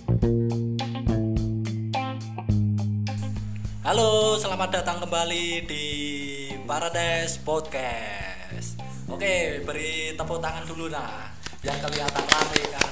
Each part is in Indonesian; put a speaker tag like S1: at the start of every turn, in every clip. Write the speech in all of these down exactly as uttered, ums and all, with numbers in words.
S1: Halo, selamat datang kembali di Paradise Podcast. Oke, beri tepuk tangan dulu nah, biar kelihatan rame kan.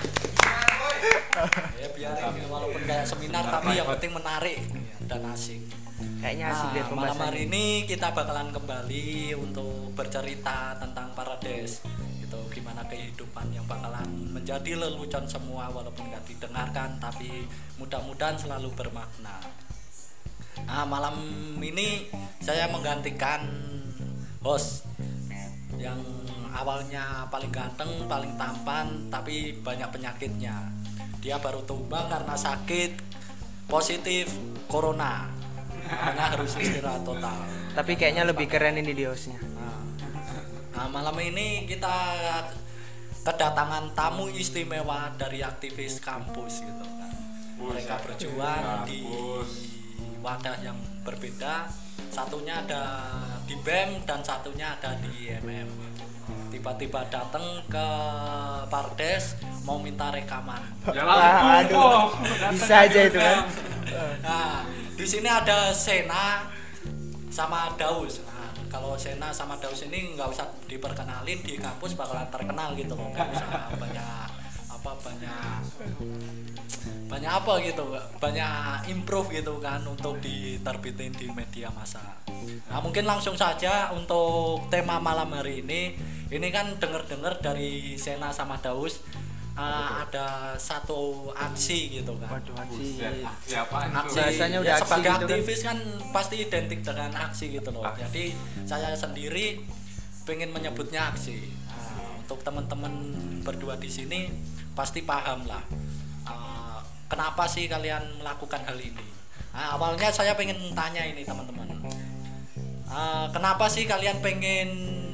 S1: Ya biar ini walaupun kayak seminar tapi yang penting menarik dan asik.
S2: Kayaknya asik
S1: Nah,
S2: deh
S1: malam
S2: pembahasannya.
S1: hari ini kita bakalan kembali untuk bercerita tentang Paradise. Itu gimana kehidupan yang bakalan menjadi lelucon semua walaupun nggak didengarkan tapi mudah-mudahan selalu bermakna. Nah, malam ini saya menggantikan host yang awalnya paling ganteng, paling tampan, tapi banyak penyakitnya. Dia baru tumbang karena sakit positif corona. Makanya harus istirahat total.
S2: Tapi kayaknya lebih keren ini di hostnya.
S1: Nah, nah, malam ini kita kedatangan tamu istimewa dari aktivis kampus gitu kan. Mereka berjuang di wadah yang berbeda, satunya ada di B E M dan satunya ada di I M M. Tiba-tiba datang ke Pardes mau minta rekaman.
S2: Wah, aduh, bisa aja itu kan.
S1: Nah, di sini ada Sena sama Daus. Nah, kalau Sena sama Daus ini nggak usah diperkenalin, di kampus bakalan terkenal gitu loh, nggak usah banyak apa banyak banyak apa gitu, banyak improve gitu kan untuk diterbitin di media massa. Nah, mungkin langsung saja untuk tema malam hari ini. Ini kan dengar-dengar dari Sena sama Daus uh, ada satu aksi gitu kan.
S2: Waduh, aksi.
S3: Aksi apaan
S1: Aksi,
S2: Bahasanya
S1: ya,
S2: udah aksi
S1: sebagai
S2: gitu kan.
S1: aktivis kan pasti identik dengan aksi gitu loh.
S3: Aksi.
S1: Jadi saya sendiri pengen menyebutnya aksi. Nah, untuk teman-teman berdua di sini pasti paham lah. Uh, kenapa sih kalian melakukan hal ini? Nah, awalnya saya pengen tanya ini teman-teman. Uh, kenapa sih kalian pengen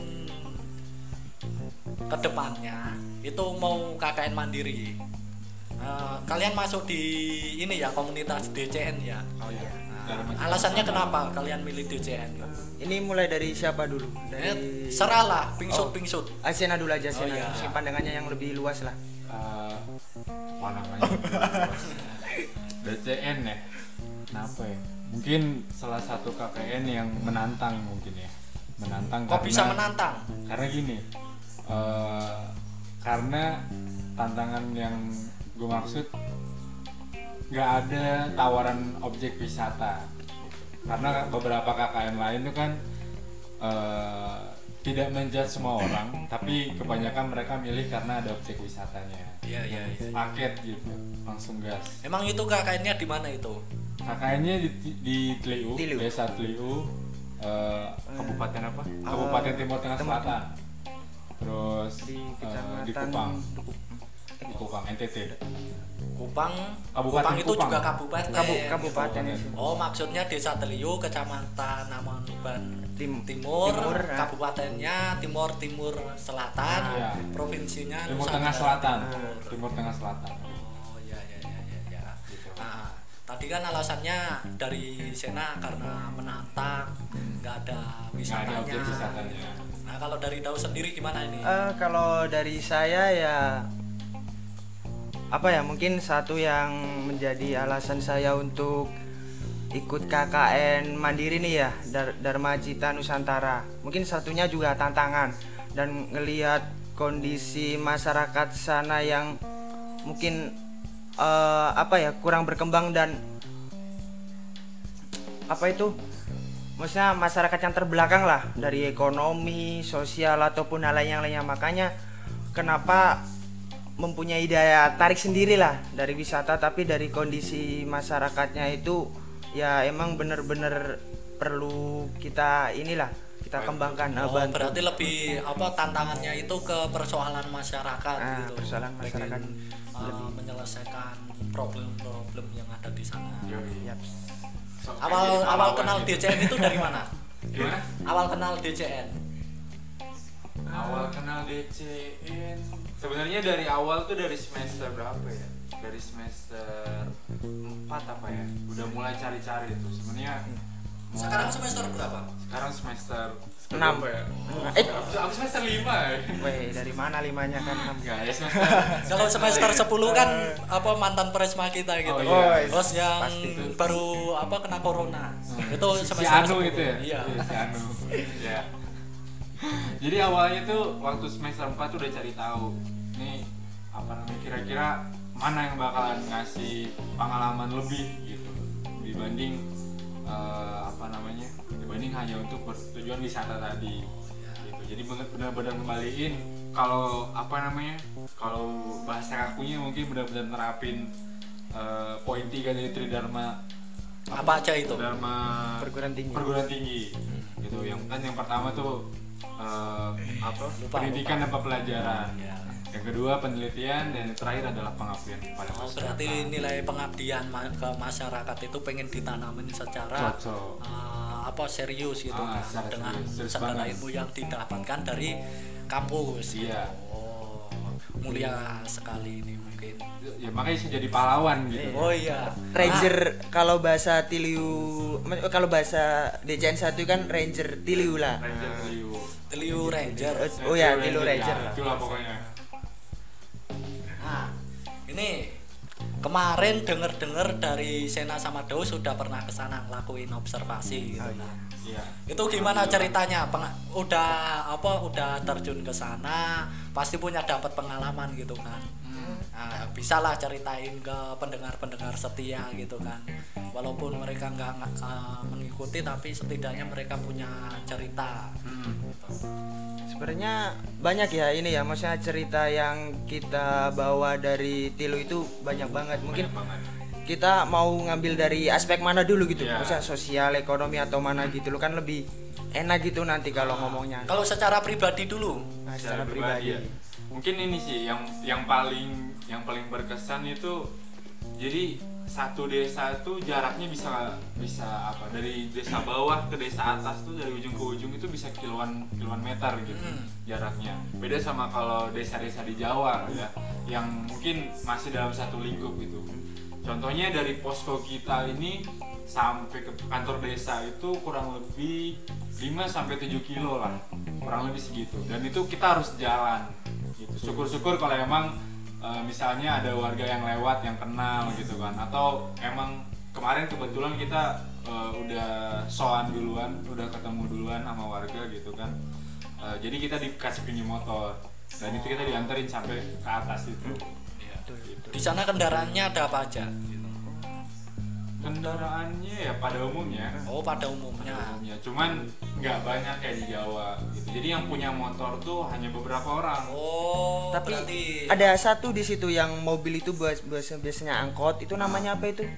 S1: kedepannya itu mau K K N mandiri? Uh, kalian masuk di ini ya komunitas D C N ya.
S3: Oh iya.
S1: Nah, alasannya kenapa kalian milih D C N?
S2: Ini mulai dari siapa dulu?
S1: Eh,
S2: Dari
S1: serahlah, pingsut pingsut.
S2: Ah, Sena dulu aja, Sena.
S1: Oh, iya.
S2: Si pandangannya yang lebih luas lah.
S3: Eh, apa namanya? D C N ya. Kenapa ya? Mungkin salah satu K K N yang menantang mungkin ya. Menantang.
S1: Kok
S3: karena,
S1: bisa menantang?
S3: Karena gini. eh, karena tantangan yang gue maksud nggak ada tawaran objek wisata. Karena beberapa K K N lain itu kan eh, tidak menjudge semua orang, tapi kebanyakan mereka milih karena ada objek wisatanya.
S1: Iya, iya, iya.
S3: Paket gitu, langsung gas.
S1: Emang itu K K N-nya di mana itu?
S3: K K N-nya di, di Tliu,
S2: Tliu.
S3: Desa Tliu, eh, Kabupaten apa? Kabupaten Timur Tengah
S2: Timur-
S3: Selatan. Terus
S2: Di
S3: eh,
S2: kecamatan
S3: di Kupang,
S2: Dukuh.
S3: di Kupang, N T T.
S1: Kupang.
S3: Kabupaten
S1: Kupang itu
S3: Kupang.
S1: juga kabupaten.
S2: Kabu- kabupaten
S3: Kabupaten.
S2: itu.
S1: Oh, maksudnya Desa Teliu, Kecamatan Namanban
S2: Tim-
S1: Timur,
S2: Timur, ah.
S1: kabupatennya Timur Timur Selatan,
S3: Iya.
S1: provinsinya
S3: Timur
S1: Nusa
S3: Tengah
S1: Tenggara
S3: Selatan.
S1: Timur.
S3: Timur Tengah Selatan.
S1: Oh, ya ya ya ya ya.
S3: Gitu.
S1: Nah, tadi kan alasannya dari Sena karena menantang, nggak ada
S3: Nggak ada
S1: wisatanya.
S3: objek wisatanya.
S1: Nah, kalau dari Daus sendiri gimana ini?
S2: Eh, kalau dari saya ya apa ya, mungkin satu yang menjadi alasan saya untuk ikut K K N mandiri nih ya, Dar- Dharma Cita Nusantara. Mungkin satunya juga tantangan dan ngelihat kondisi masyarakat sana yang mungkin eh, apa ya, kurang berkembang dan apa itu, maksudnya masyarakat yang terbelakang lah dari ekonomi, sosial ataupun hal lain yang lainnya. Makanya kenapa mempunyai daya tarik sendiri lah dari wisata, tapi dari kondisi masyarakatnya itu ya emang bener-bener perlu kita inilah kita kembangkan.
S1: Oh,
S2: bantu.
S1: berarti lebih apa tantangannya itu ke persoalan masyarakat
S2: Ah,
S1: gitu.
S2: persoalan
S1: Pengen,
S2: masyarakat
S1: uh,
S2: lebih.
S1: menyelesaikan problem-problem yang ada di sana.
S3: Yoi.
S2: Yap.
S3: So,
S1: Awal
S3: kayak
S1: awal
S3: gitu,
S1: kenal
S3: gitu.
S1: D C N itu dari mana?
S3: Gimana?
S1: Awal kenal D C N.
S3: Awal kenal D C N sebenarnya dari awal tuh dari semester berapa ya? Dari semester empat apa ya? Udah mulai cari-cari tuh sebenarnya. mau-
S1: Sekarang semester berapa?
S3: sekarang semester
S2: enam.
S3: Berapa ya?
S2: Eh,
S3: Aku semester lima ya.
S2: weh, dari mana limanya kan enam?
S3: Enggak, ya semester.
S1: Kalau semester sepuluh kan apa mantan presma kita gitu.
S3: Oh,
S2: iya.
S1: Bos yang
S2: Pasti.
S1: baru apa kena corona. Itu
S3: si
S1: semester
S3: Anu
S1: sepuluh.
S3: itu ya?
S1: Iya.
S3: Iya, si Anu. Ya. Jadi awalnya tuh waktu semester empat tuh udah cari tahu. Nih apa namanya kira-kira mana yang bakalan ngasih pengalaman lebih gitu dibanding eh, apa namanya? Dibanding hanya untuk bertujuan wisata tadi. Gitu. Jadi benar-benar kembaliin kalau apa namanya? Kalau bahasa kakunya mungkin benar-benar nerapin eh, poin tiga dari Tridharma
S1: Apa aja itu?
S3: Dharma
S2: Perguruan tinggi.
S3: perguruan tinggi gitu. Yang kan yang pertama tuh eh, apa
S1: Lupa,
S3: pendidikan
S1: lupa.
S3: dan pembelajaran,
S1: Ya.
S3: yang kedua penelitian, dan yang terakhir adalah pengabdian kepada
S1: Oh,
S3: masyarakat.
S1: berarti nilai pengabdian ma- ke masyarakat itu pengen ditanamin secara
S3: Cocok.
S1: uh, apa serius gitu
S3: Ah,
S1: kan
S3: secara
S1: dengan
S3: serius, serius
S1: segala
S3: banget.
S1: ilmu yang didapatkan dari kampus.
S3: Iya.
S1: Oh, mulia sekali ini mungkin.
S3: Ya makanya bisa jadi pahlawan gitu.
S1: Oh iya.
S2: Ranger kalau bahasa Tiliu, kalau bahasa D C N satu kan Ranger Tiliu lah.
S3: Ranger Tiliu.
S1: Tiliu Ranger.
S2: Oh ya, Tiliu Ranger
S3: ya,
S2: lah.
S3: itulah pokoknya.
S1: Nah, ini kemarin denger-denger dari Sena sama Daus sudah pernah ke sana ngelakuin observasi gitu kan.
S3: Iya.
S1: Itu gimana ceritanya? Peng- udah apa udah terjun ke sana, pasti punya dapat pengalaman gitu kan. Nah, bisalah ceritain ke pendengar-pendengar setia gitu kan. Walaupun mereka nggak nggak, uh, mengikuti tapi setidaknya mereka punya cerita.
S3: Hmm.
S2: Sebenarnya banyak ya ini ya, maksudnya cerita yang kita bawa dari Tilu itu banyak banget. Mungkin
S3: Banyak banget.
S2: kita mau ngambil dari aspek mana dulu gitu,
S3: Iya.
S2: maksudnya sosial, ekonomi atau mana gitu lo kan lebih enak gitu nanti kalau ngomongnya.
S1: Kalau secara pribadi dulu,
S2: Nah,
S3: Secara
S2: secara pribadi.
S3: ya. Mungkin ini sih yang yang paling yang paling berkesan itu, jadi satu desa itu jaraknya bisa bisa apa, dari desa bawah ke desa atas tuh dari ujung ke ujung itu bisa kiloan kiloan meter gitu
S1: Hmm.
S3: jaraknya. Beda sama kalau desa-desa di Jawa ya, yang mungkin masih dalam satu lingkup gitu. Contohnya dari posko kita ini sampai ke kantor desa itu kurang lebih lima sampai tujuh kilo lah, kurang lebih segitu. Dan itu kita harus jalan gitu. Syukur-syukur kalau emang e, misalnya ada warga yang lewat yang kenal gitu kan, atau emang kemarin kebetulan kita e, udah soan duluan, udah ketemu duluan sama warga gitu kan. E, jadi kita dikasih pinjam motor dan itu kita dianterin sampai ke atas itu. Gitu.
S1: di sana kendaraannya ada apa aja? Gitu.
S3: Kendaraannya ya pada umumnya,
S1: Oh, pada umumnya.
S3: umumnya cuman nggak banyak kayak di Jawa gitu. Jadi yang punya motor tuh hanya beberapa orang.
S1: Oh,
S2: Tapi
S1: berarti
S2: ada satu di situ yang mobil itu buat biasa- biasanya angkot, itu namanya apa itu?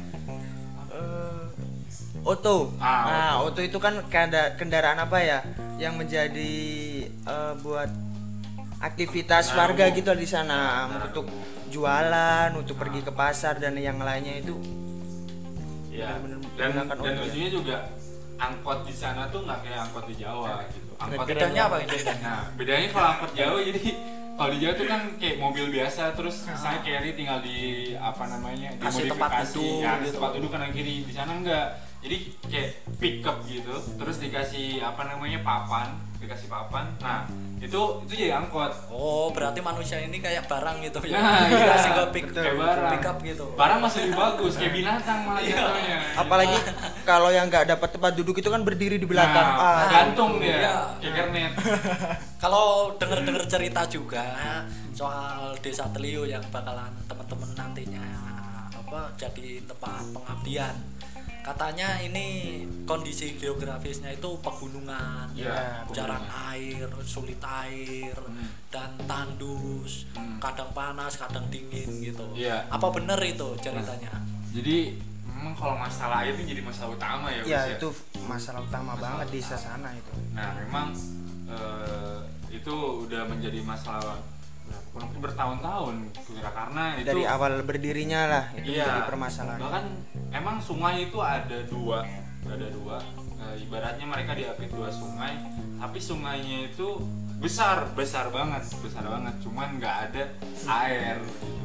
S2: Eh, Oto.
S3: Ah,
S2: Nah,
S3: Oto.
S2: Oto itu kan kenda- kendaraan apa ya yang menjadi eh, buat aktivitas
S3: Kendaraan
S2: warga
S3: umum.
S2: gitu di sana,
S3: Kendaraan
S2: untuk
S3: umum.
S2: jualan, untuk pergi ke pasar dan yang lainnya itu.
S3: Ya.
S2: Bener-bener
S3: Dan
S2: menggunakan
S3: dan
S2: Oto ya.
S3: lucunya juga angkot di sana tuh nggak kayak angkot di Jawa gitu. Angkot
S1: bedanya apa itu?
S3: Nah, bedanya kalau angkot Jawa jadi kalau di Jawa tuh kan kayak mobil biasa, terus saya carry tinggal di apa namanya,
S1: Kasih tempat
S3: dimodifikasi
S1: duduk
S3: ya,
S1: gitu.
S3: tempat duduk kanan kiri. Di sana enggak. Jadi kayak pickup gitu, terus dikasih apa namanya papan, dikasih papan. Nah, itu itu jadi angkot.
S1: Oh, berarti manusia ini kayak barang gitu ya.
S3: Nah, iya.
S1: Dikasih ke pick,
S3: Kayak barang.
S1: pick up gitu.
S3: Barang masih lebih bagus, kayak binatang malah
S1: Iya.
S3: jatuhnya.
S2: Apalagi kalau yang nggak dapat tempat duduk itu kan berdiri di belakang.
S3: Nah,
S2: Ah,
S3: gantung dia,
S1: Iya.
S3: kayak kernet.
S1: Kalau denger-denger cerita juga soal Desa Teliu yang bakalan teman-teman nantinya apa jadi tempat pengabdian. Katanya ini kondisi geografisnya itu pegunungan,
S3: Iya,
S1: jarang
S3: pegunungan.
S1: air, sulit air,
S3: Hmm.
S1: dan tandus,
S3: Hmm.
S1: kadang panas, kadang dingin gitu.
S3: Iya.
S1: Apa bener itu ceritanya?
S3: Jadi memang kalau masalah air ini jadi masalah utama ya,
S2: ya
S3: Gus,
S2: itu masalah utama
S3: Masalah
S2: banget di
S3: utama.
S2: sana itu.
S3: Nah memang eh, itu udah menjadi masalah berapa- mungkin bertahun-tahun kira, karena itu
S2: Dari awal berdirinya lah itu
S3: iya,
S2: menjadi permasalahan.
S3: bahkan emang sungai itu ada dua ada dua Eh, ibaratnya mereka diapit dua sungai, tapi sungainya itu besar besar banget besar banget cuman nggak ada air gitu.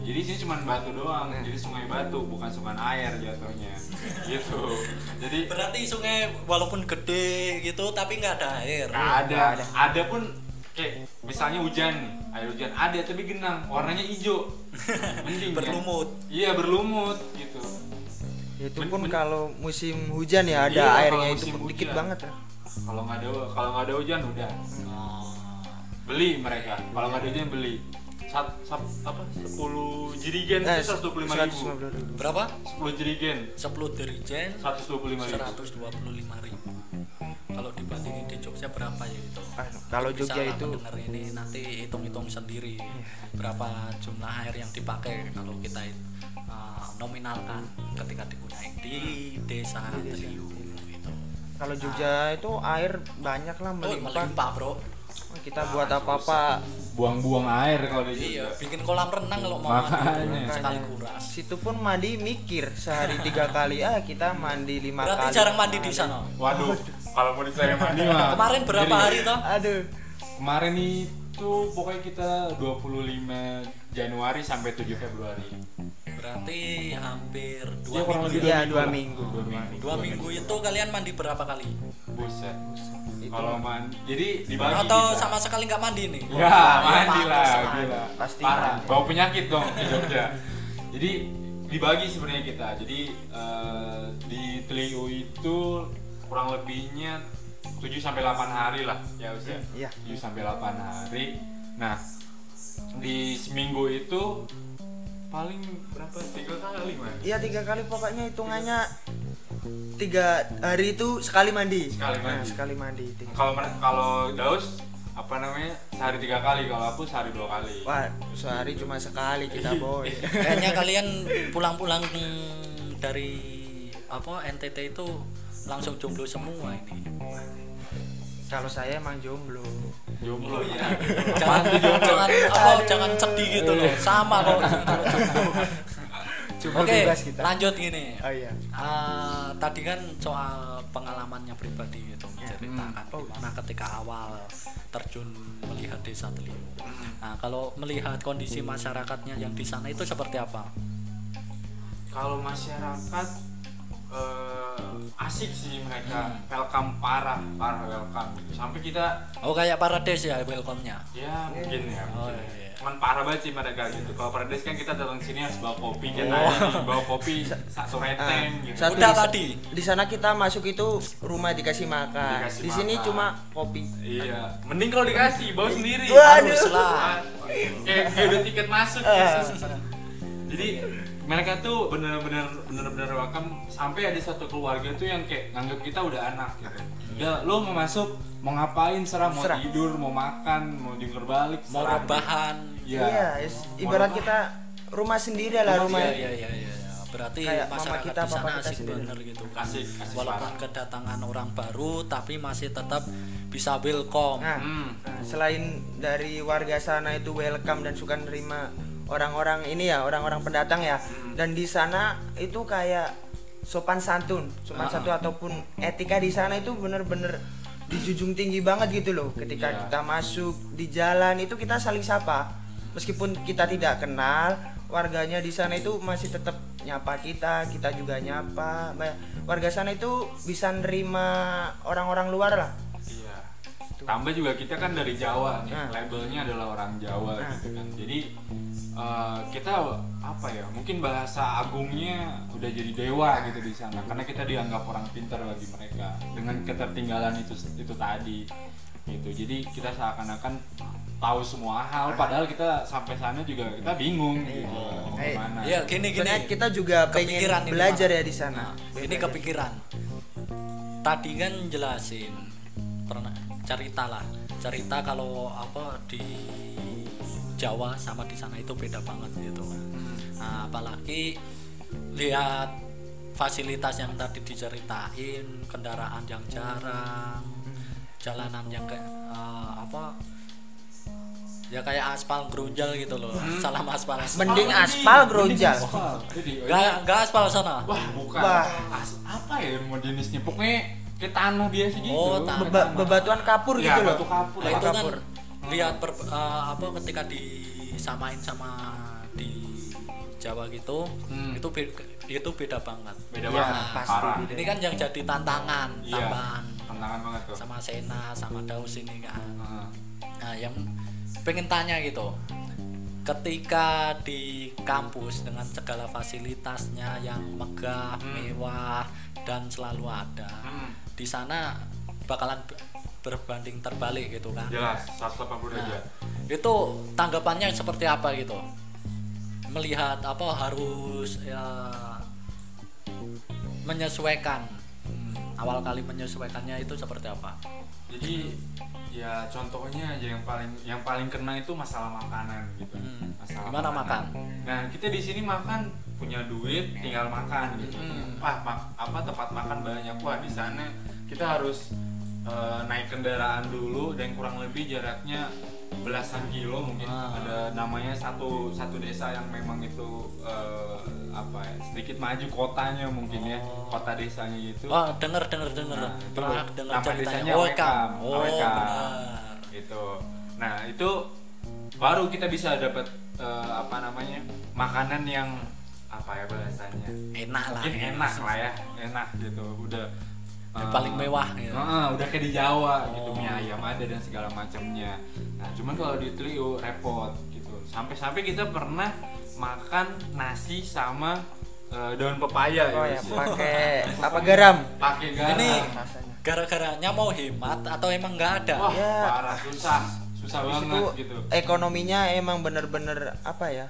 S3: Jadi sini cuma batu doang, jadi sungai batu bukan sungai air jatuhnya. Gitu. Jadi
S1: Berarti sungai walaupun gede gitu tapi nggak ada air.
S3: nggak ada, ada, ada pun kayak misalnya hujan nih, air hujan ada tapi genang, warnanya hijau. Mending kan?
S1: Berlumut.
S3: Iya berlumut gitu.
S2: Itu
S3: Men-
S2: pun
S3: men-
S2: kalau musim hujan ya ada
S3: Iya, kalau
S2: airnya itu
S3: musim
S2: pun dikit
S3: hujan.
S2: banget ya.
S3: Kalau nggak ada kalau nggak ada hujan udah
S1: Oh.
S3: beli mereka. Kalau nggak ada hujan beli. Sat, sat, apa? sepuluh jirigen
S2: Eh,
S3: itu seratus dua puluh lima
S2: seratus
S3: ribu.
S2: lima puluh ribu.
S1: Berapa?
S3: sepuluh jirigen
S1: sepuluh dirijen
S3: seratus dua puluh lima ribu.
S1: seratus dua puluh lima ribu. Kalau dibandingin di Jogja berapa ya itu?
S2: Ah, kalau
S1: Bisa
S2: Jogja
S1: lah
S2: itu
S1: pendengar ini nanti hitung-hitung sendiri berapa jumlah air yang dipakai kalau kita uh, nominalkan ketika digunakan di desa Teliu gitu.
S2: kalau Jogja itu air banyak lah
S1: Oh,
S2: melimpah.
S1: melimpah, Bro.
S2: Kita buat apa-apa
S3: Buang-buang air kalau di
S1: Iya,
S3: Jogja.
S1: bikin kolam renang kalau mau
S3: Makanya.
S1: mandi sekali kuras.
S2: situ pun mandi mikir sehari tiga kali ah kita mandi lima
S1: Berarti
S2: kali.
S1: jarang mandi di sana.
S3: Waduh, kalau mau dicari mandi mah.
S1: Kemarin berapa
S3: Jadi,
S1: hari toh?
S2: Aduh.
S3: Kemarin itu pokoknya kita dua puluh lima Januari sampai tujuh Februari.
S1: Berarti hampir dua
S3: Iya, kurang
S1: minggu.
S3: lebih
S2: Iya,
S3: dua
S2: dua
S3: minggu.
S2: minggu.
S3: Dua minggu.
S1: Dua minggu itu kalian mandi berapa kali?
S3: Buset.
S2: Itu
S3: Kalau mandi, jadi dibagi
S1: Atau
S3: kita.
S1: sama sekali nggak mandi nih?
S3: Ya, mandi lah,
S1: pantes
S3: gila.
S2: Pasti
S3: Parah.
S2: mandi.
S3: Bawa penyakit dong di Jogja. Jadi dibagi sebenarnya kita. Jadi eh, di Teliu itu kurang lebihnya tujuh sampai delapan hari lah ya usia.
S2: Iya.
S3: tujuh sampai delapan hari. Nah, di seminggu itu paling berapa? Tiga kali, Man.
S2: Iya tiga kali pokoknya hitungannya tiga hari itu sekali mandi.
S3: Sekali
S2: Nah,
S3: mandi.
S2: sekali mandi. Tiga.
S3: Kalau mer- kalau Daus apa namanya? Sehari tiga kali, kalau aku sehari dua kali.
S2: Wah, sehari cuma sekali kita boy.
S1: Kayaknya kalian pulang-pulang hmm, dari apa N T T itu langsung jomblo semua ini.
S2: Kalau saya emang jomblo.
S3: Jomblo ya.
S1: Jangan jangan apa jangan sedih gitu loh. Sama kok kalau jomblo.
S2: Jomblo
S1: Oke,
S2: bebas kita.
S1: lanjut gini.
S2: Oh iya.
S1: Ah, tadi kan soal pengalamannya pribadi gitu menceritakan
S2: Hmm. Oh.
S1: gimana ketika awal terjun melihat desa Teliu. Nah, kalau melihat kondisi masyarakatnya yang di sana itu seperti apa?
S3: Kalau masyarakat eh, asik sih mereka, welcome parah, parah welcome gitu. Sampai kita
S1: Oh, kayak Parades ya welcome-nya.
S3: ya mungkin ya,
S1: Oh,
S3: mungkin.
S1: iya.
S3: Cuman parah banget sih mereka gitu. Kalau Paradise kan kita datang sini harus bawa kopi, kita
S1: Oh.
S3: bawa kopi satu reteng gitu.
S2: Satu
S1: Udah
S2: di-
S1: tadi.
S2: Di sana kita masuk itu rumah dikasih makan.
S3: Dikasih
S2: Di sini
S3: makan.
S2: cuma kopi.
S3: Iya, mending kalau dikasih bawa sendiri.
S2: Waduh.
S1: Harus lah.
S3: Kayak kayak udah tiket masuk gitu. Jadi mereka tuh bener-bener bener-bener welcome, sampai ada satu keluarga tuh yang kayak nganggap kita udah anak gitu. Udah, lo mau masuk, mau ngapain serah, mau
S2: Serah.
S3: tidur, mau makan, mau jungkir balik,
S1: Mau
S3: serah.
S1: rebahan.
S3: Iya.
S2: Iya, is- ibarat
S3: Mau
S2: kita rumah sendiri lah
S1: Iya
S2: rumah.
S1: iya iya iya. iya. Berarti
S2: Kayak mama
S1: masyarakat
S2: kita,
S1: di sana
S2: papa kita
S1: asik
S2: sendiri.
S1: bener gitu kan.
S3: Asik, asik
S1: Walaupun
S3: parah.
S1: kedatangan orang baru tapi masih tetap bisa welcome.
S2: Nah,
S3: Hmm.
S2: nah, selain dari warga sana itu welcome dan suka nerima orang-orang ini ya, orang-orang pendatang ya. Dan di sana itu kayak sopan santun, sopan
S1: Ah.
S2: santun ataupun etika di sana itu bener-bener dijunjung tinggi banget gitu loh. Ketika
S3: Iya.
S2: kita masuk di jalan itu kita saling sapa. Meskipun kita tidak kenal, warganya di sana itu masih tetap nyapa kita, kita juga nyapa. Ba- Warga sana itu bisa nerima orang-orang luar lah.
S3: Iya. Tambah juga kita kan dari Jawa nih,
S2: Nah.
S3: labelnya adalah orang Jawa
S2: Nah.
S3: gitu kan. Jadi eh, kita apa ya? Mungkin bahasa agungnya udah jadi dewa gitu di sana, karena kita dianggap orang pintar bagi mereka dengan ketertinggalan itu itu tadi gitu. Jadi kita seakan-akan tahu semua hal, padahal kita sampai sana juga kita bingung gitu. Mau
S2: Eh,
S3: kemana?
S1: Iya, gini gini.
S2: Sebenarnya kita juga pengen
S1: Kepikiran ini,
S2: belajar
S1: Mas.
S2: ya di sana.
S1: Nah, ini kepikiran. Tadi kan jelasin pernah cerita lah, cerita kalau apa di Jawa sama di sana itu beda banget gitu. Nah, apalagi lihat fasilitas yang tadi diceritain, kendaraan yang jarang, jalanan yang kayak eh, apa? Ya kayak aspal grunjal gitu loh. Salam aspal.
S2: Mending
S3: Oh, ini,
S2: aspal
S3: mending
S2: grunjal.
S3: aspal. Jadi,
S1: Enggak enggak aspal sana.
S3: wah bukan.
S2: Wah.
S3: As- apa ya rumah jenisnya? Pokoknya kayak tanah biasa gitu.
S1: Oh, tanah.
S2: Beba- bebatuan kapur
S3: Ya,
S2: gitu loh.
S3: batu kapur.
S1: Nah,
S3: Batu
S1: itu kan
S2: kapur.
S1: lihat per, eh, apa ketika disamain sama di Jawa gitu,
S3: Hmm.
S1: itu be- itu beda banget.
S3: Beda
S2: Iya,
S3: banget,
S2: pasti
S3: parah.
S2: beda.
S1: Ini kan yang jadi tantangan
S3: Iya.
S1: tambahan
S3: Tantangan banget tuh.
S1: sama Sena sama Daus ini kan.
S3: Heeh.
S1: Nah, yang pengen tanya gitu, ketika di kampus dengan segala fasilitasnya yang megah,
S3: Hmm.
S1: mewah dan selalu ada,
S3: Hmm.
S1: di sana bakalan be- berbanding terbalik gitu kan?
S3: Jelas, seratus delapan puluh
S1: Nah,
S3: derajat.
S1: itu tanggapannya seperti apa gitu? Melihat apa harus ya menyesuaikan. Hmm, awal kali menyesuaikannya itu seperti apa?
S3: Jadi ya contohnya aja yang paling yang paling kena itu masalah makanan gitu.
S1: Hmm.
S3: Masalah
S1: Gimana makan?
S3: Nah, kita di sini makan punya duit tinggal makan gitu.
S1: Hmm.
S3: Wah, mak- apa tempat makan banyak. Wah, di sana kita harus eh, naik kendaraan dulu dan kurang lebih jaraknya belasan kilo mungkin.
S1: Ah.
S3: Ada namanya satu satu desa yang memang itu eh, apa ya, sedikit maju kotanya mungkin ya.
S1: Oh.
S3: Kota desanya itu.
S1: Oh, denger denger denger.
S3: Nah, itu
S1: Pernah denger
S3: nama
S1: ceritanya.
S3: desanya
S1: Oh,
S3: Awekam.
S1: Kam. Oh,
S3: Awekam.
S1: benar.
S3: Gitu. Nah, itu baru kita bisa dapat eh, apa namanya? Makanan yang apa ya bahasanya?
S1: Enak lah.
S3: Mungkin
S1: ya.
S3: enak lah ya, enak gitu. Udah
S1: Yang
S3: eh,
S1: paling mewah gitu.
S3: Heeh, udah kayak di Jawa gitu,
S1: Oh.
S3: mie ayam ada dan segala macamnya. Nah, cuman kalau di Teliu repot gitu. Sampai-sampai kita pernah makan nasi sama eh, daun pepaya
S2: Oh
S3: ya.
S2: ya, pakai apa garam?
S3: Pakai garam.
S1: Ini
S2: Rasanya.
S1: gara-garanya mau hemat atau emang nggak ada?
S3: Wah,
S2: Ya.
S3: parah susah. Susah
S2: Habis
S3: banget
S2: itu
S3: gitu.
S2: ekonominya emang bener-bener apa ya?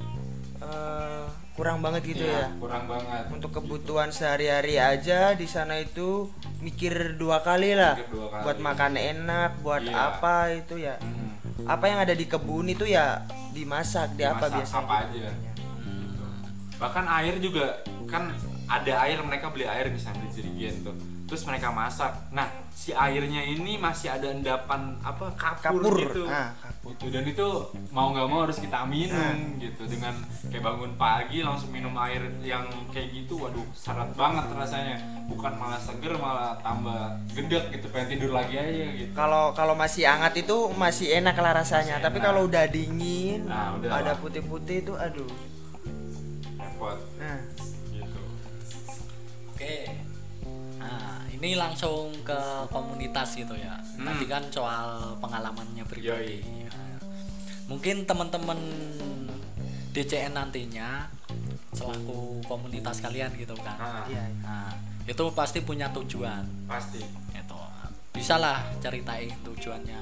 S2: eh, kurang banget gitu
S3: Iya,
S2: ya.
S3: kurang banget.
S2: Untuk kebutuhan sehari-hari aja di sana itu mikir dua kali lah.
S3: Mikir dua kali.
S2: Buat makan enak, buat
S3: Iya.
S2: apa itu ya.
S3: Hmm.
S2: Apa yang ada di kebun itu ya dimasak, di apa
S3: Dimasak
S2: biasanya.
S3: apa aja. Gitu. Bahkan air juga kan ada air, mereka beli air bisa beli jerigen tuh. Terus mereka masak. Nah, si airnya ini masih ada endapan apa kapur,
S2: Kapur.
S3: gitu.
S2: Ah, kapur.
S3: Gitu. Dan itu mau nggak mau harus kita minum gitu. Dengan kayak bangun pagi langsung minum air yang kayak gitu, waduh syarat banget rasanya. Bukan malah seger, malah tambah gedek gitu, pengen tidur lagi aja gitu.
S2: Kalau kalau masih hangat itu masih enak lah rasanya.
S3: Masih
S2: Tapi
S3: enak.
S2: kalau udah dingin,
S3: Nah, udah
S2: ada
S3: lah.
S2: putih-putih itu aduh.
S3: Repot
S2: Nah,
S3: gitu.
S1: Oke. Nah, ini langsung ke komunitas gitu ya.
S3: Hmm.
S1: Tadi kan soal pengalamannya pribadi. Nah, mungkin teman-teman D C N nantinya selaku komunitas kalian gitu kan.
S3: Nah,
S2: iya. iya.
S1: Nah, itu pasti punya tujuan.
S3: pasti.
S1: Itu bisa lah ceritain tujuannya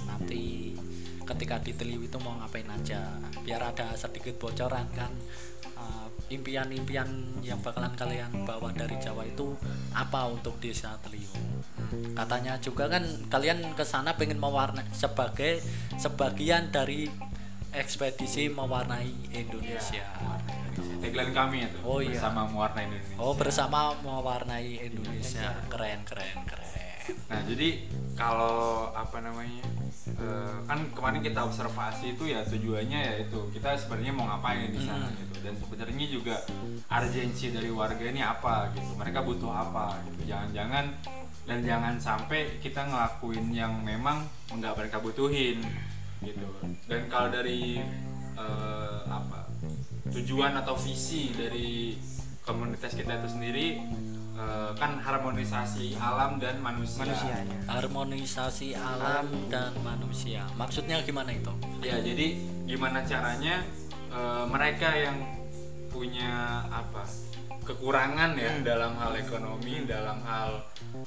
S1: nanti ketika di Teliu itu mau ngapain aja, biar ada sedikit bocoran kan. Uh, impian-impian yang bakalan kalian bawa dari Jawa itu apa untuk desa Teliu. Katanya juga kan kalian ke sana pengen mewarnai sebagai sebagian dari ekspedisi mewarnai Indonesia.
S3: Tagline kami itu
S1: Oh, iya.
S3: bersama mewarnai Indonesia.
S1: Oh, bersama mewarnai Indonesia. Keren keren keren.
S3: Nah, jadi kalau apa namanya? eh, kan kemarin kita observasi itu ya tujuannya ya itu kita sebenarnya mau ngapain di sana
S1: Hmm.
S3: gitu, dan sebenarnya juga urgensi dari warga ini apa gitu, mereka butuh apa gitu, jangan-jangan dan jangan sampai kita ngelakuin yang memang nggak mereka butuhin gitu. Dan kalau dari eh, apa tujuan atau visi dari komunitas kita itu sendiri, eh, kan harmonisasi alam dan manusia.
S2: Manusianya.
S1: Harmonisasi alam dan manusia. Maksudnya gimana itu?
S3: Ya, jadi gimana caranya eh, mereka yang punya apa kekurangan ya dalam hal ekonomi, dalam hal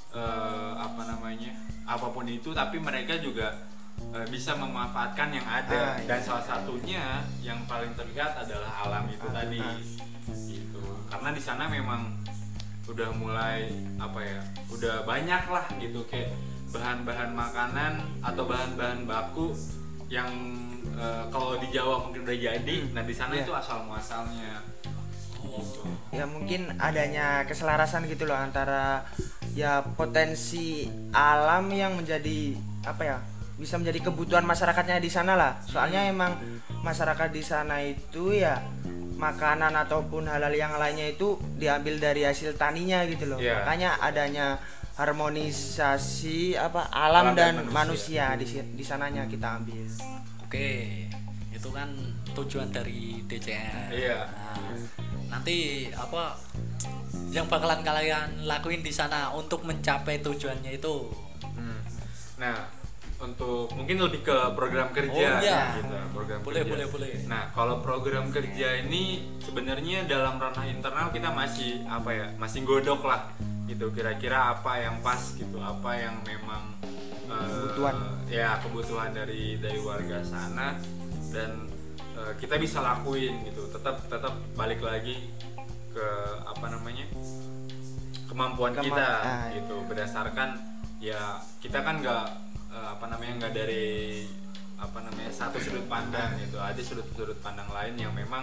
S3: eh, apa namanya apapun itu, tapi mereka juga eh, bisa memanfaatkan yang ada.
S2: Ah, iya.
S3: Dan salah satunya yang paling terlihat adalah alam itu
S2: Ah,
S3: tadi
S2: ah.
S3: gitu. Karena di sana memang udah mulai apa ya, udah banyak lah gitu kayak bahan-bahan makanan atau bahan-bahan baku yang eh, kalau di Jawa mungkin udah jadi, nah di sana
S2: Iya.
S3: itu asal muasalnya gitu.
S2: Ya mungkin adanya keselarasan gitu loh antara ya potensi alam yang menjadi apa ya, bisa menjadi kebutuhan masyarakatnya di sana lah. Soalnya emang masyarakat di sana itu ya makanan ataupun hal-hal yang lainnya itu diambil dari hasil taninya gitu loh.
S3: Iya.
S2: Makanya adanya harmonisasi apa alam,
S3: Alam dan
S2: dan,
S3: manusia.
S2: manusia, di si- di sananya kita ambil.
S1: Oke. itu kan tujuan dari D C M.
S3: Iya.
S1: Nah, nanti apa yang bakalan kalian lakuin di sana untuk mencapai tujuannya itu?
S3: Hmm. Nah, untuk mungkin lebih ke program kerja
S1: Oh, iya.
S3: gitu, program
S1: Boleh,
S3: kerja.
S1: boleh, boleh.
S3: Nah, kalau program kerja ini sebenarnya dalam ranah internal kita masih apa ya? Masih godok lah gitu. Kira-kira apa yang pas gitu, apa yang memang eh,
S2: Kebutuhan.
S3: ya kebutuhan dari dari warga sana dan eh, kita bisa lakuin gitu. Tetap tetap balik lagi ke apa namanya? Kemampuan
S2: Kema-
S3: kita
S2: ah, iya.
S3: gitu berdasarkan ya kita kan nggak eh, apa namanya nggak dari apa namanya satu sudut pandang gitu, ada sudut-sudut pandang lain yang memang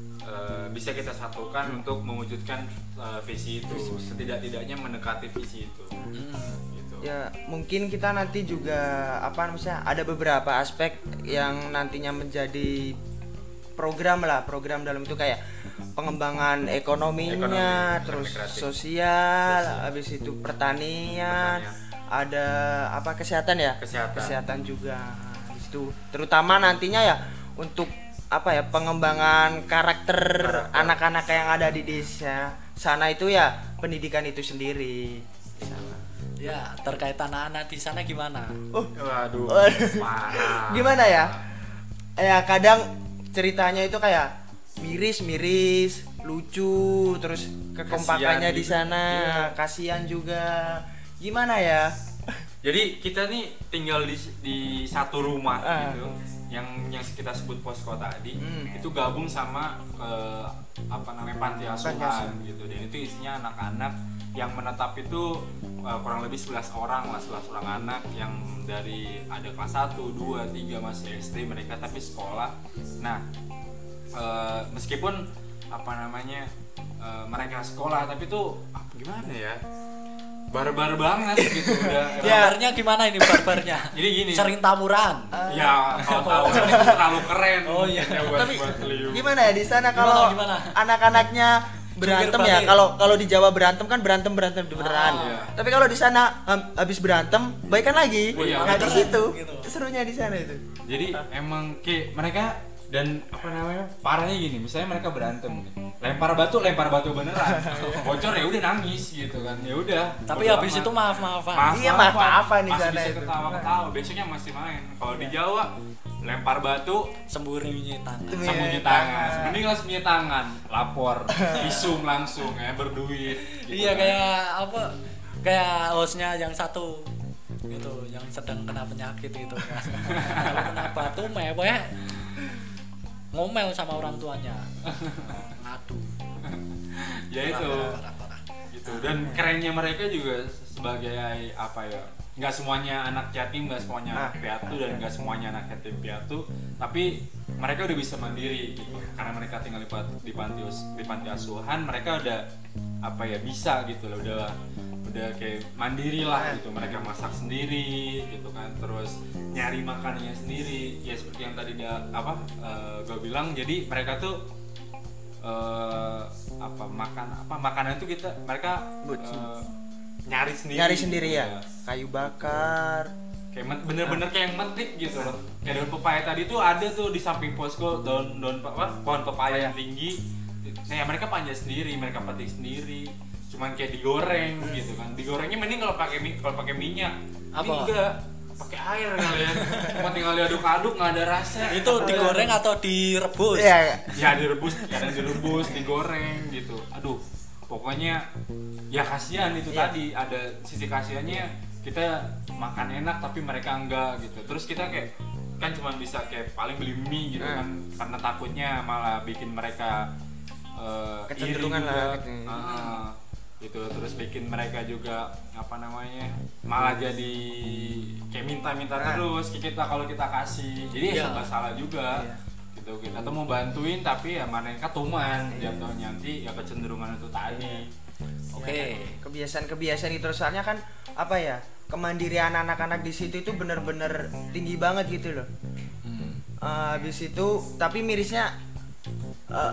S3: eh, bisa kita satukan untuk mewujudkan eh, visi itu, setidak-tidaknya mendekati visi itu gitu.
S2: Ya mungkin kita nanti juga apa misalnya ada beberapa aspek yang nantinya menjadi program lah, program dalam itu kayak pengembangan ekonominya,
S3: Ekonomi,
S2: terus
S3: ekonomi kreatif.
S2: sosial,
S3: Sosial.
S2: habis itu pertanian,
S3: Pertanian.
S2: ada apa kesehatan ya?
S3: Kesehatan.
S2: juga. Habis itu terutama nantinya ya untuk apa ya pengembangan karakter,
S3: Karakter.
S2: anak-anak yang ada di desa sana itu ya pendidikan itu sendiri. Di sana.
S1: Ya, terkait anak-anak di sana gimana?
S2: Oh,
S3: Waduh,
S2: Waduh.
S3: parah.
S2: gimana ya? Ya kadang ceritanya itu kayak miris-miris, lucu, terus kekompakannya
S3: Kasian
S2: di
S3: gitu.
S2: sana,
S3: Iya.
S2: kasihan juga. Gimana ya?
S3: Jadi kita nih tinggal di di satu rumah
S2: Ah.
S3: gitu, yang yang kita sebut posko tadi,
S2: Hmm.
S3: itu gabung sama eh, apa namanya panti
S2: Panti
S3: asuhan
S2: asuhan.
S3: gitu, dan itu isinya anak-anak yang menetap itu eh, kurang lebih sebelas orang lah, sebelas orang anak yang dari ada kelas satu, dua, tiga masih S D mereka tapi sekolah. Nah, eh, meskipun apa namanya eh, mereka sekolah tapi tuh apa gimana ya? Barbar banget gitu udah.
S2: Ya.
S1: Barbarnya gimana ini barbarnya?
S3: Jadi gini.
S1: Sering tamuran.
S3: Ya, kalau tahu itu terlalu keren.
S1: Oh, iya.
S3: ya, buat,
S2: Tapi
S3: buat liu.
S2: gimana ya di sana kalau
S1: gimana?
S2: anak-anaknya berantem ya?
S1: balik.
S2: Kalau kalau di Jawa berantem kan berantem berantem beneran.
S3: Ah, iya.
S2: Tapi kalau di sana ham- habis berantem baikan lagi.
S3: Oh, iya,
S2: nah di
S1: beneran,
S2: situ
S1: gitu.
S2: serunya di sana itu.
S3: Jadi emang kayak mereka dan apa namanya parahnya gini, misalnya mereka berantem nih, lempar batu lempar batu beneran, bocor ya udah nangis gitu kan, ya udah.
S1: Tapi
S3: bodo
S1: habis
S3: amat.
S1: itu maaf-maafan.
S3: Maaf,
S2: Iya, maaf-maafan di
S3: masih
S2: sana
S3: bisa
S2: itu.
S3: ketawa-ketawa, besoknya masih main. Kalau di Jawa lempar batu
S1: Sembunyi tangan.
S2: Sembunyi
S3: sembunyi tangan, mending langsung sembunyi tangan, lapor, visum langsung ya berduit. gitu
S1: Iya
S3: kan.
S1: kayak apa? Kayak hostnya yang satu gitu, yang sedang kena penyakit itu kan. Kalau kena batu mewek ngomel sama orang tuanya. Ngadu.
S3: Ya itu.
S1: Parah, parah, parah.
S3: Gitu. Dan kerennya mereka juga sebagai apa ya, nggak semuanya anak yatim, nggak semuanya
S2: Ah.
S3: anak piatu, dan nggak semuanya anak yatim piatu, tapi mereka udah bisa mandiri gitu. Karena mereka tinggal di, pat- di panti us- di panti asuhan, mereka udah apa ya bisa gitu loh, udah udah kayak mandiri lah gitu. Mereka masak sendiri gitu kan, terus nyari makanannya sendiri ya seperti yang tadi dia apa gue bilang. Jadi mereka tuh eh, apa makan apa makanan itu kita mereka
S2: Buat
S3: eh, nyari sendiri
S2: Nyari sendiri
S3: gitu
S2: ya. Kayu bakar.
S3: kayak met- bener-bener kayak yang metik gitu loh. Kayak daun pepaya tadi tuh ada tuh di samping posko, daun daun apa pohon pepaya yang tinggi. Nah ya mereka panjat sendiri, mereka petik sendiri. Cuman kayak digoreng gitu kan. Digorengnya mending kalau pakai mi- kalau pakai minyak. Ini
S1: Apa?
S3: enggak, pakai air kalian. Cuma tinggal diaduk-aduk nggak ada rasa.
S1: Itu digoreng atau direbus?
S2: Iya.
S3: Ya direbus, kadang direbus, digoreng gitu. Aduh, pokoknya ya kasihan itu
S2: Iya.
S3: tadi, ada sisi kasihannya, kita makan enak tapi mereka enggak gitu. Terus kita kayak kan cuma bisa kayak paling beli mie gitu
S2: Hmm.
S3: kan, karena takutnya malah bikin mereka eh,
S2: Kecenderungan
S3: iri
S2: lah,
S3: juga.
S2: gitu.
S3: Heeh. gitu, terus bikin mereka juga apa namanya malah jadi kayak minta-minta
S2: Ah.
S3: terus ke kita kalau kita kasih, jadi ya
S1: Iya.
S3: serba salah juga.
S2: Iya.
S3: Gitu, kita tuh mau bantuin tapi ya mana yang ketuman jatuhnya, nanti ya kecenderungan itu tadi.
S1: Oke.
S2: Kebiasaan-kebiasaan itu soalnya kan apa ya? Kemandirian anak-anak di situ itu bener-bener tinggi banget gitu loh. Eh, habis itu tapi mirisnya eh,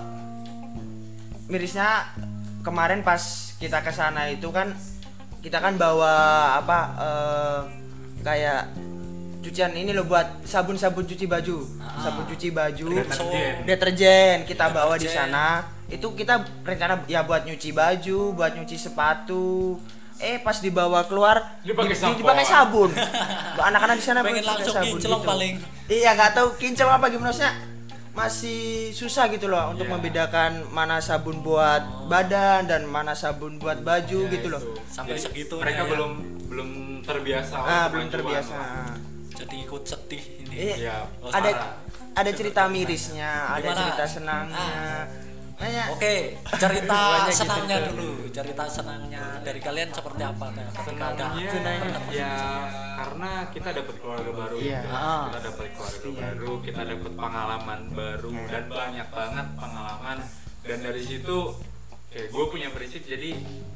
S2: mirisnya kemarin pas kita ke sana itu kan kita kan bawa apa eh, kayak cucian ini loh buat sabun-sabun cuci baju,
S1: Ah.
S2: sabun cuci baju,
S3: Deterjen.
S2: deterjen kita bawa di
S1: Deterjen.
S2: sana. Itu kita rencana ya buat nyuci baju, buat nyuci sepatu. Eh pas dibawa keluar
S3: Dipakai
S2: di-
S3: sampo.
S2: dipakai sabun. Anak-anak di sana
S1: Pengen
S2: pakai
S1: langsung
S2: sabun
S1: kinclong
S2: gitu.
S1: paling.
S2: Iya nggak tahu kinclong apa gimana maksudnya masih susah gitu loh untuk
S3: Iya.
S2: membedakan mana sabun buat badan dan mana sabun buat baju
S3: Ya,
S2: gitu loh.
S3: itu.
S1: Sampai
S3: Jadi,
S1: segitunya
S3: mereka
S1: ya.
S3: belum belum terbiasa
S2: Ah,
S3: untuk
S2: belum
S3: majuan
S2: terbiasa.
S3: lah.
S1: Jadi ikut sedih ini.
S2: Iya.
S3: Ya,
S1: Oh,
S2: ada
S3: parah.
S2: ada cerita mirisnya, ada
S1: Gimana?
S2: cerita senangnya. Banyak.
S1: Oke, cerita
S2: Banyak gitu.
S1: senangnya dulu. Cerita senangnya dari kalian seperti apa kayak ketika ada
S3: Senangnya ya karena kita dapat keluarga baru
S2: Iya.
S3: gitu.
S1: Ah.
S3: Kita dapat keluarga
S2: Iya.
S3: baru, kita dapat pengalaman baru dan banyak banget pengalaman dan dari situ kayak gue punya prinsip jadi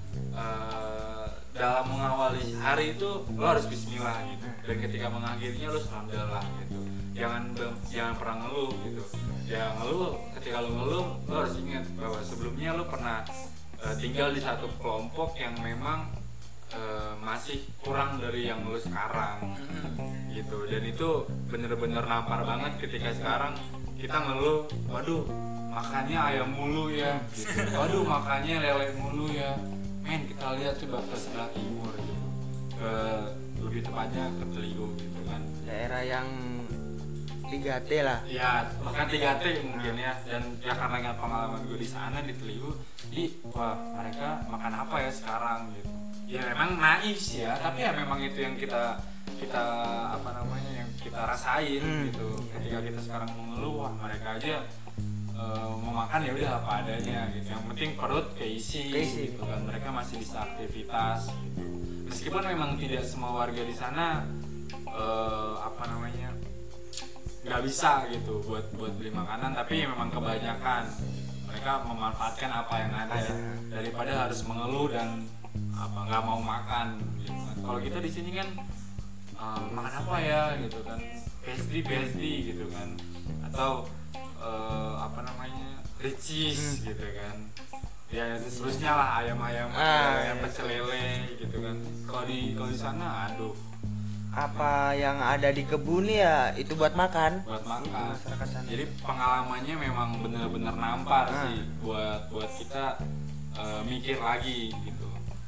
S3: eh, dalam mengawali hari itu lo harus bismillah gitu dan ketika mengakhirinya lo alhamdulillah gitu. Jangan be- jangan pernah ngeluh gitu. Ya ngeluh ketika lo ngeluh lo harus ingat bahwa sebelumnya lo pernah eh, tinggal di satu kelompok yang memang eh, masih kurang dari yang lo sekarang gitu dan itu bener-bener nampar banget ketika sekarang kita ngeluh waduh makannya ayam mulu ya gitu. Waduh makannya lele mulu ya men kita lihat coba ke sebelah timur gitu ke lebih tepatnya ke Teligo gitu kan
S2: Daerah yang tiga T lah.
S3: ya bahkan tiga T mungkin ya dan ya karena ingat pengalaman gue di sana di Teligo di wah mereka makan apa ya sekarang gitu ya memang naif sih ya tapi ya memang itu yang kita kita apa namanya yang kita rasain
S2: Hmm.
S3: gitu ketika kita sekarang mengeluh wah mereka aja eh, mau makan ya udah apa adanya gitu yang penting perut keisi,
S2: Keisi.
S3: gitu kan mereka masih bisa aktivitas gitu meskipun memang tidak semua warga di sana eh, apa namanya nggak bisa gitu buat buat beli makanan tapi memang kebanyakan mereka memanfaatkan apa yang ada daripada harus mengeluh dan apa nggak mau makan gitu kan. Kalau kita di sini kan uh, makan apa ya gitu kan pastry pastry gitu kan atau uh, apa namanya ricis gitu kan ya seterusnya lah ayam-ayam
S2: Ah,
S3: ayam
S2: iya.
S3: pecel lele gitu kan kalau di kalau di sana aduh
S2: Apa yang ada di kebun ya itu buat makan.
S3: buat makan.
S2: Masyarakat sana.
S3: Jadi pengalamannya memang bener-bener nampar
S2: Ah.
S3: sih buat buat kita eh, mikir lagi gitu.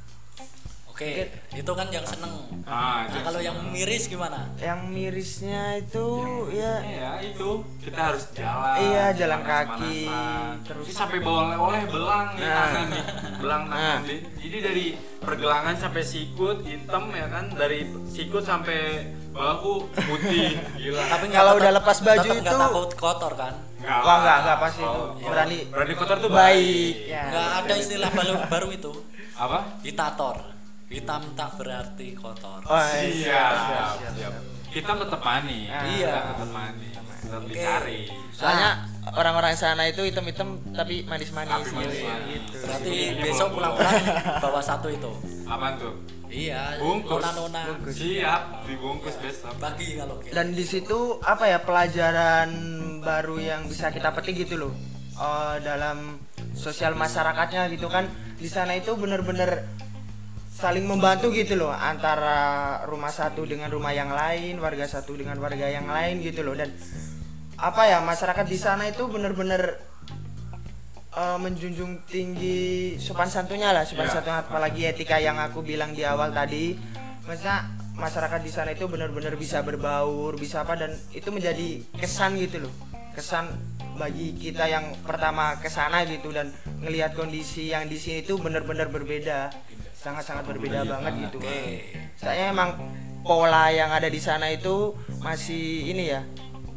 S1: Oke, itu kan yang seneng.
S3: Ah,
S1: Nah, kalau yang miris gimana?
S2: Yang mirisnya itu ya
S3: ya itu kita harus jalan.
S2: Iya, jalan
S3: panas-panasan.
S2: kaki, terus-
S3: Terus sampai bawa oleh-oleh belang nih
S2: Nah.
S3: tangan nih, belang tangan.
S2: Nah.
S3: Jadi- Jadi dari pergelangan sampai sikut hitam ya kan, dari sikut sampai bahu putih, gila.
S1: Tapi nggak
S2: Kalau
S1: tetap-
S2: udah lepas baju
S1: tetap nggak
S2: itu-
S1: takut kotor kan?
S3: Nggak
S2: Wah,
S3: lah.
S2: nggak, nggak pasti itu.
S3: Oh,
S2: Berani.
S3: berani kotor tuh
S2: baik.
S3: baik.
S2: Ya.
S1: Nggak ada istilah baru baru itu.
S3: Apa?
S1: Hitator. Hitam tak berarti kotor.
S2: Oh,
S3: Siap, siap. Kita tetap mani.
S2: Ah.
S1: Iya.
S3: Kita tetap mani. Tetap
S1: Oke.
S3: dicari.
S2: Soalnya orang-orang sana itu hitam-hitam tapi manis-manis
S3: Tapi
S2: gitu.
S3: manis-manis.
S2: gitu.
S1: Berarti
S3: Ini
S1: besok
S3: bolong-bolong.
S1: pulang-pulang bawa satu itu.
S3: Apaan tuh?
S1: Iya,
S3: Bungkus.
S1: nona-nona.
S3: Siap, dibungkus besok.
S1: Bagi kalau kita.
S2: Dan di situ apa ya pelajaran baru yang bisa kita petik gitu loh. Eh, dalam sosial masyarakatnya gitu kan. Di sana itu bener-bener saling membantu gitu loh antara rumah satu dengan rumah yang lain, warga satu dengan warga yang lain gitu loh dan apa ya masyarakat di sana itu bener-bener eh, menjunjung tinggi sopan santunnya lah sopan
S3: Ya.
S2: santun apalagi etika yang aku bilang di awal tadi maksudnya masyarakat di sana itu benar-benar bisa berbaur bisa apa dan itu menjadi kesan gitu loh kesan bagi kita yang pertama ke sana gitu dan ngelihat kondisi yang di sini itu benar-benar berbeda sangat-sangat berbeda
S3: Iya
S2: banget
S3: banget.
S2: gitu
S1: Oke.
S2: saya emang pola yang ada di sana itu masih ini ya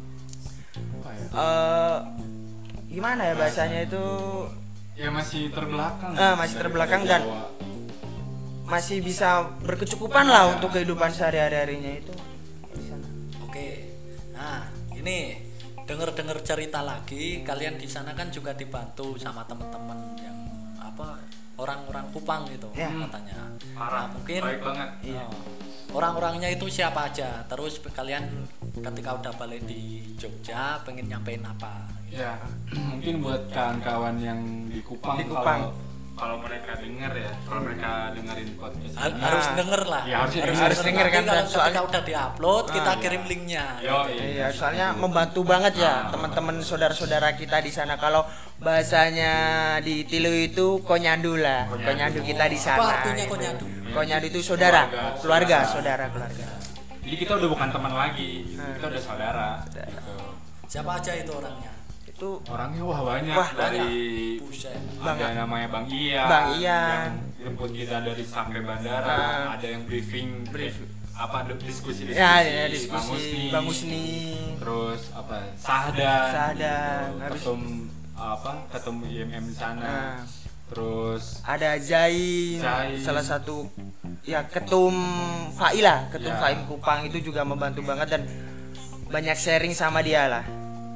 S2: eh gimana ya bahasanya itu
S3: Ya masih terbelakang.
S2: Ah, masih
S3: dari
S2: terbelakang
S3: kota
S2: dan-
S3: Jawa.
S2: masih bisa berkecukupan lah untuk kehidupan sehari-harinya itu di sana.
S1: Oke. Nah, ini denger-denger cerita lagi, kalian di sana kan juga dibantu sama teman-teman yang apa orang-orang Kupang gitu
S2: Ya.
S1: katanya.
S3: Parah,
S1: Nah, mungkin
S3: baik banget.
S2: Iya.
S1: oh, orang-orangnya itu siapa aja? Terus kalian ketika udah balik di Jogja pengen nyampein apa?
S3: Ya, mungkin buat kawan-kawan yang di Kupang,
S2: Di Kupang.
S3: kalau kalau mereka dengar ya, kalau mereka dengerin podcast
S1: Har-
S3: ini,
S1: harus
S2: Nah.
S1: denger lah.
S3: Ya, harusnya denger.
S2: Harus denger kan,
S1: Nanti kalau
S2: dan soalnya-
S1: ketika udah diupload kita
S3: Ah,
S1: kirim
S3: iya.
S1: linknya.
S3: Yo,
S2: Iya, soalnya membantu banget ya
S3: Ah.
S2: teman-teman saudara-saudara kita di sana. Kalau bahasanya di Tilu itu konyandu lah,
S3: Konyandu.
S2: konyandu kita di sana.
S1: Apa artinya
S2: gitu.
S1: konyandu?
S2: Konyandu itu saudara,
S3: Keluarga,
S2: keluarga,
S3: saudara.
S2: saudara, keluarga.
S3: Jadi kita udah bukan teman lagi, gitu.
S2: Ah.
S3: Kita udah saudara.
S2: Saudara.
S3: Gitu.
S1: Siapa aja itu orangnya?
S2: Itu
S3: Orangnya wah banyak
S2: Wah,
S3: dari
S1: Buset.
S3: ada
S2: Banget.
S3: namanya Bang Ian,
S2: Bang Ian.
S3: yang jemput kita dari sampai bandara,
S2: Ah.
S3: ada yang briefing,
S2: Brief-
S3: apa ada diskusi-diskusi,
S2: ya, ya
S3: Bang
S2: diskusi
S3: Husni,
S2: Bang Husni,
S3: terus apa Sahdan,
S2: Sahdan,
S3: gitu.
S2: habis-
S3: ketum apa ketum I M M di sana,
S2: Nah.
S3: terus
S2: ada Zain,
S3: Zain.
S2: salah satu ya ketum Faila, ketum
S3: Ya.
S2: Faim Kupang itu juga membantu banget dan banyak sharing sama dia lah.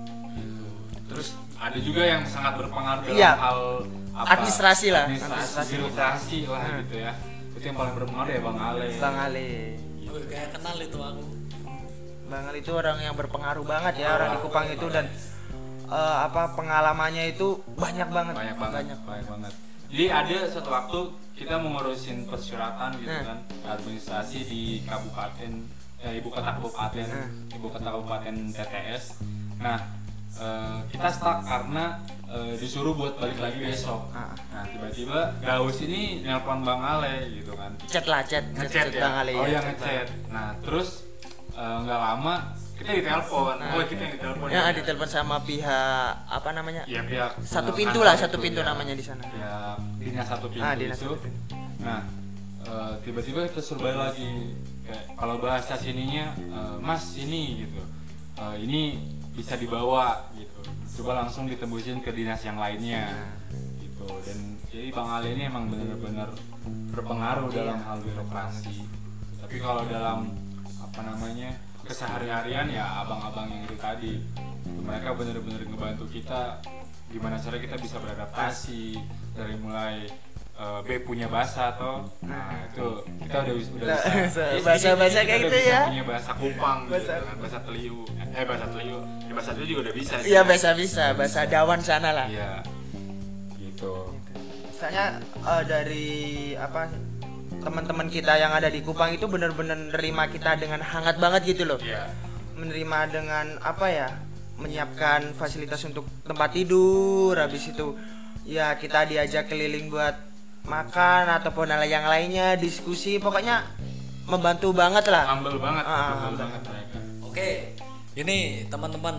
S3: terus ada juga yang sangat berpengaruh dalam
S2: Iya.
S3: hal apa,
S2: Administrasi lah.
S3: administrasi,
S2: Administrasi.
S3: birokrasi lah
S2: Hmm.
S3: gitu ya. Itu yang paling berpengaruh ya Bang Ale.
S2: Bang Ale.
S1: Wih, kayak kenal itu aku.
S2: Bang Ali itu orang yang berpengaruh banget ya, orang di Kupang itu, dan eh, apa pengalamannya itu banyak banget.
S3: banyak banget
S2: Banyak.
S3: banyak banget jadi ada suatu waktu kita mengurusin persyaratan gitu
S2: Hmm.
S3: kan administrasi di kabupaten eh, ibu kota kabupaten
S2: Hmm.
S3: ibu kota kabupaten T T S. Nah eh, kita stuck karena eh, disuruh buat balik lagi besok.
S2: Ah.
S3: Nah tiba-tiba Gaus ini nelpon Bang Ale gitu kan,
S2: Chat lah, chat,
S3: ngechat ya.
S2: Bang Ali.
S3: Oh
S2: ya,
S3: ya
S2: chat
S3: ngechat. Nah terus eh, nggak lama kita ditelepon.
S2: Nah.
S3: Oh kita yang ditelepon.
S2: Bang. Ya, ditelepon sama pihak apa namanya?
S3: Ya pihak
S2: Satu
S3: eh,
S2: pintu
S3: kantor
S2: lah,
S3: itu,
S2: satu pintu
S3: ya.
S2: namanya di sana.
S3: Ya dinas satu pintu
S2: Ah, dinas
S3: itu.
S2: satu pintu.
S3: Nah eh, tiba-tiba kita suruh balik lagi. Kayak, kalau bahasa sininya eh, Mas sini gitu. Eh, ini bisa dibawa gitu. Coba langsung ditembusin ke dinas yang lainnya gitu. Dan jadi Bang Ali ini emang benar-benar berpengaruh dalam hal birokrasi. Tapi kalau dalam apa namanya kesehari-harian ya abang-abang yang itu tadi, mereka benar-benar ngebantu kita gimana cara kita bisa beradaptasi dari mulai uh, B punya bahasa atau nah itu kita udah udah bisa
S2: Bahasa-
S3: ya,
S2: bahasa-bahasa
S3: sedikit-sedikit
S2: kayak
S3: kita
S2: gitu
S3: udah bisa
S2: ya.
S3: punya bahasa Kupang gitu
S2: Bahasa-
S3: kan, bahasa Teliu eh bahasa Teliu ya, bahasa Teliu juga udah bisa sih.
S2: Iya, bisa bisa bahasa Dawan sana lah.
S3: Iya gitu.
S2: Misalnya eh, dari apa teman-teman kita yang ada di Kupang itu benar-benar nerima kita dengan hangat banget gitu loh.
S3: Iya.
S2: Menerima dengan apa ya, menyiapkan fasilitas untuk tempat tidur, habis itu ya kita diajak keliling buat makan ataupun hal yang lainnya, diskusi, pokoknya membantu banget lah.
S3: Humble banget,
S2: Ah,
S3: humble
S2: humble.
S3: banget mereka.
S1: Oke, ini teman-teman,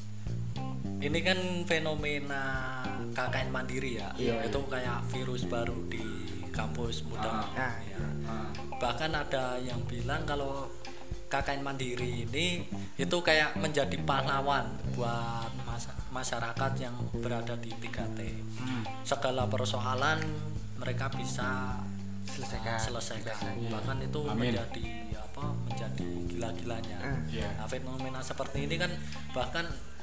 S1: ini kan fenomena K K N mandiri ya,
S2: Iya.
S1: itu kayak virus baru di kampus muda.
S3: Ah.
S2: Nah,
S1: Ya.
S3: Ah,
S1: Bahkan ada yang bilang kalau K K N mandiri ini itu kayak menjadi pahlawan buat mas- masyarakat yang berada di tiga T.
S3: hmm.
S1: Segala persoalan mereka bisa
S2: Selesaikan.
S1: selesaikan.
S2: Selesaikan.
S1: Bahkan itu
S3: Amin.
S1: menjadi apa? Menjadi gila-gilanya.
S2: Hmm.
S3: Iya.
S1: Nah, fenomena seperti ini kan bahkan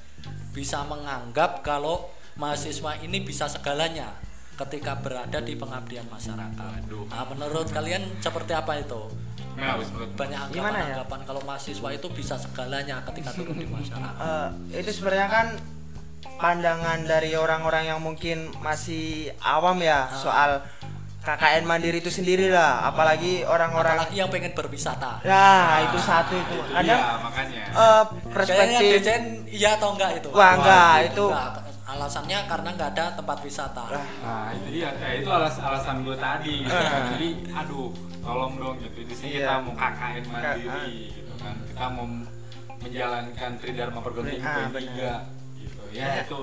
S1: bisa menganggap kalau mahasiswa ini bisa segalanya ketika berada di pengabdian masyarakat.
S3: Waduh.
S1: Nah, menurut kalian seperti apa itu?
S3: Nah, habis menurut-
S1: Banyak
S2: Gimana ya?
S1: anggapan-anggapan kalau mahasiswa itu bisa segalanya ketika turun di masyarakat.
S2: Eh, itu sebenarnya kan pandangan dari orang-orang yang mungkin masih awam ya soal K K N mandiri itu sendiri lah, apalagi orang-orang.
S1: Apalagi yang pengen berwisata.
S2: Nah, itu satu itu.
S3: itu
S2: Ada
S3: dia, makanya
S2: eh,
S1: Kayaknya
S2: perspektif.
S1: Dejen iya atau enggak itu?
S2: Wah, enggak,
S1: iya,
S2: itu.
S1: enggak. Alasannya karena nggak ada tempat wisata.
S3: nah itu dia kayak itu alas alasan gue tadi gitu kan. Jadi aduh tolong dong gitu di sini
S2: Iya.
S3: kita mau K K N mandiri gitu kan, kita mau menjalankan Tridharma Perguruan Tinggi
S2: Ah,
S3: Poin tiga gitu ya itu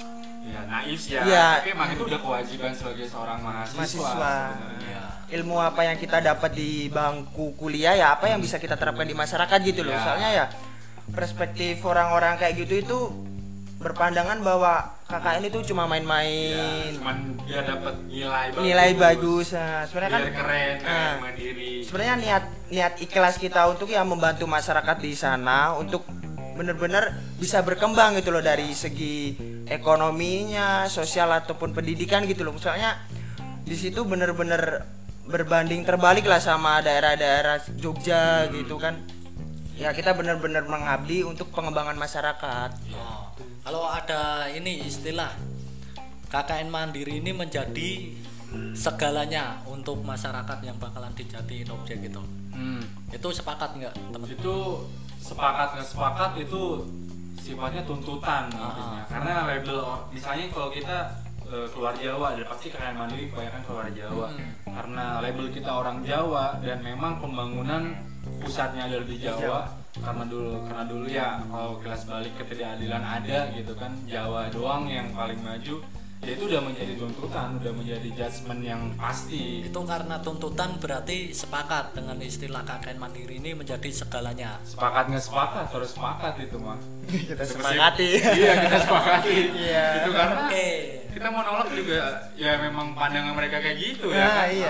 S3: ya naif sih ya,
S2: Iya.
S3: tapi emang itu udah kewajiban sebagai seorang mahasiswa,
S2: Mahasiswa.
S3: sebenarnya.
S2: Ilmu apa yang kita dapat di bangku kuliah ya apa yang bisa kita terapkan di masyarakat gitu loh.
S3: Ya.
S2: Soalnya ya perspektif orang-orang kayak gitu itu berpandangan bahwa K K N itu cuma
S3: Ya,
S2: main-main,
S3: cuman dia dapat nilai bagus,
S2: nilai bagus. Nah, sebenarnya kan
S3: biar keren,
S2: Nah,
S3: keren mandiri.
S2: sebenarnya niat niat ikhlas kita untuk ya membantu masyarakat di sana untuk benar-benar bisa berkembang gitu loh dari segi ekonominya, sosial ataupun pendidikan gitu loh. Soalnya di situ benar-benar berbanding terbalik lah sama daerah-daerah Jogja gitu kan. Ya kita benar-benar mengabdi untuk pengembangan masyarakat.
S1: Oh, kalau ada ini istilah K K N mandiri ini menjadi segalanya untuk masyarakat yang bakalan dijadiin objek itu.
S3: Hmm.
S1: Itu sepakat nggak teman?
S3: Itu sepakat nggak sepakat itu sifatnya tuntutan
S1: Ah.
S3: intinya. Karena label misalnya kalau kita e, keluar Jawa, dan pasti K K N Mandiri kebanyakan keluar Jawa.
S1: Hmm.
S3: Karena label kita orang Jawa dan memang pembangunan pusatnya ada di Jawa. Karena dulu karena dulu ya kalau kelas balik ketidakadilan ada gitu kan, Jawa doang yang paling maju. Ya itu udah menjadi tuntutan, udah menjadi judgement yang pasti.
S1: Itu karena tuntutan berarti sepakat dengan istilah K K N Mandiri ini menjadi segalanya.
S3: Sepakat nggak sepakat, harus sepakat itu mah.
S2: Kita sepakati.
S3: Iya, kita sepakati.
S2: Iya.
S3: Itu karena
S1: Oke.
S3: kita mau nolak juga ya memang pandangan mereka kayak gitu ya
S2: Nah,
S3: kan.
S2: iya.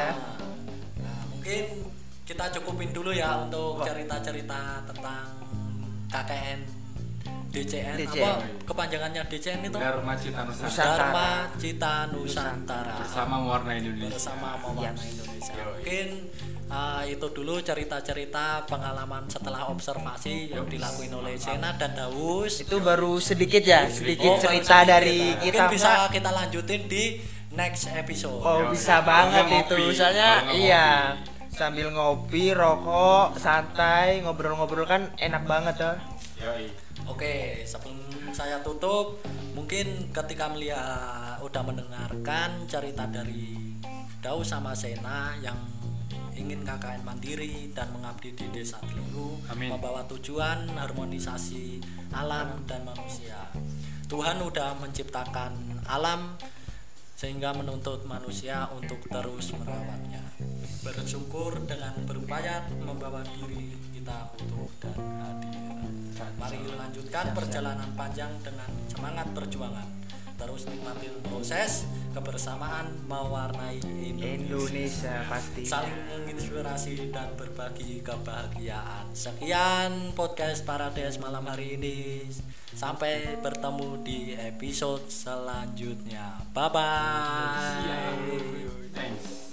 S1: Nah, mungkin kita cukupin dulu ya untuk cerita-cerita tentang K K N D C N,
S2: D C N.
S1: apa kepanjangannya D C N itu?
S3: Dharma Cita Nusantara
S2: Nusantara.
S1: Dharma Cita Nusantara.
S3: bersama mewarna Indonesia.
S1: Bersama mewarna
S2: Yes.
S1: Indonesia.
S3: Yoi.
S1: Mungkin uh, itu dulu cerita-cerita pengalaman setelah observasi yang dilakuin oleh Sena dan Daus.
S2: Itu baru sedikit ya, sedikit
S1: Oh,
S2: cerita
S1: baru sedikit
S2: dari
S1: ya.
S2: kita.
S1: Mungkin bisa
S2: Pak.
S1: kita lanjutin di next episode.
S2: Oh,
S3: Yoi.
S2: bisa
S3: Kalau
S2: banget
S3: nggak
S2: itu.
S3: ngopi,
S2: Soalnya
S3: kalau nggak
S2: iya,
S3: ngopi.
S2: sambil ngopi, rokok, santai, ngobrol-ngobrol kan enak banget tuh.
S3: Yoi.
S1: Oke, sebelum saya tutup, mungkin ketika melihat udah mendengarkan cerita dari Daus sama Sena yang ingin K K N Mandiri dan mengabdi di Desa Teliru,
S3: Amin.
S1: membawa tujuan harmonisasi alam dan manusia. Tuhan udah menciptakan alam sehingga menuntut manusia untuk terus merawatnya. Bersyukur dengan berupaya membawa diri kita utuh dan hadir. Mari lanjutkan perjalanan panjang dengan semangat perjuangan. Terus nikmatin proses kebersamaan mewarnai Indonesia.
S2: Indonesia pasti.
S1: Saling menginspirasi dan berbagi kebahagiaan. Sekian podcast Parades malam hari ini. Sampai bertemu di episode selanjutnya. Bye bye.
S3: Thanks.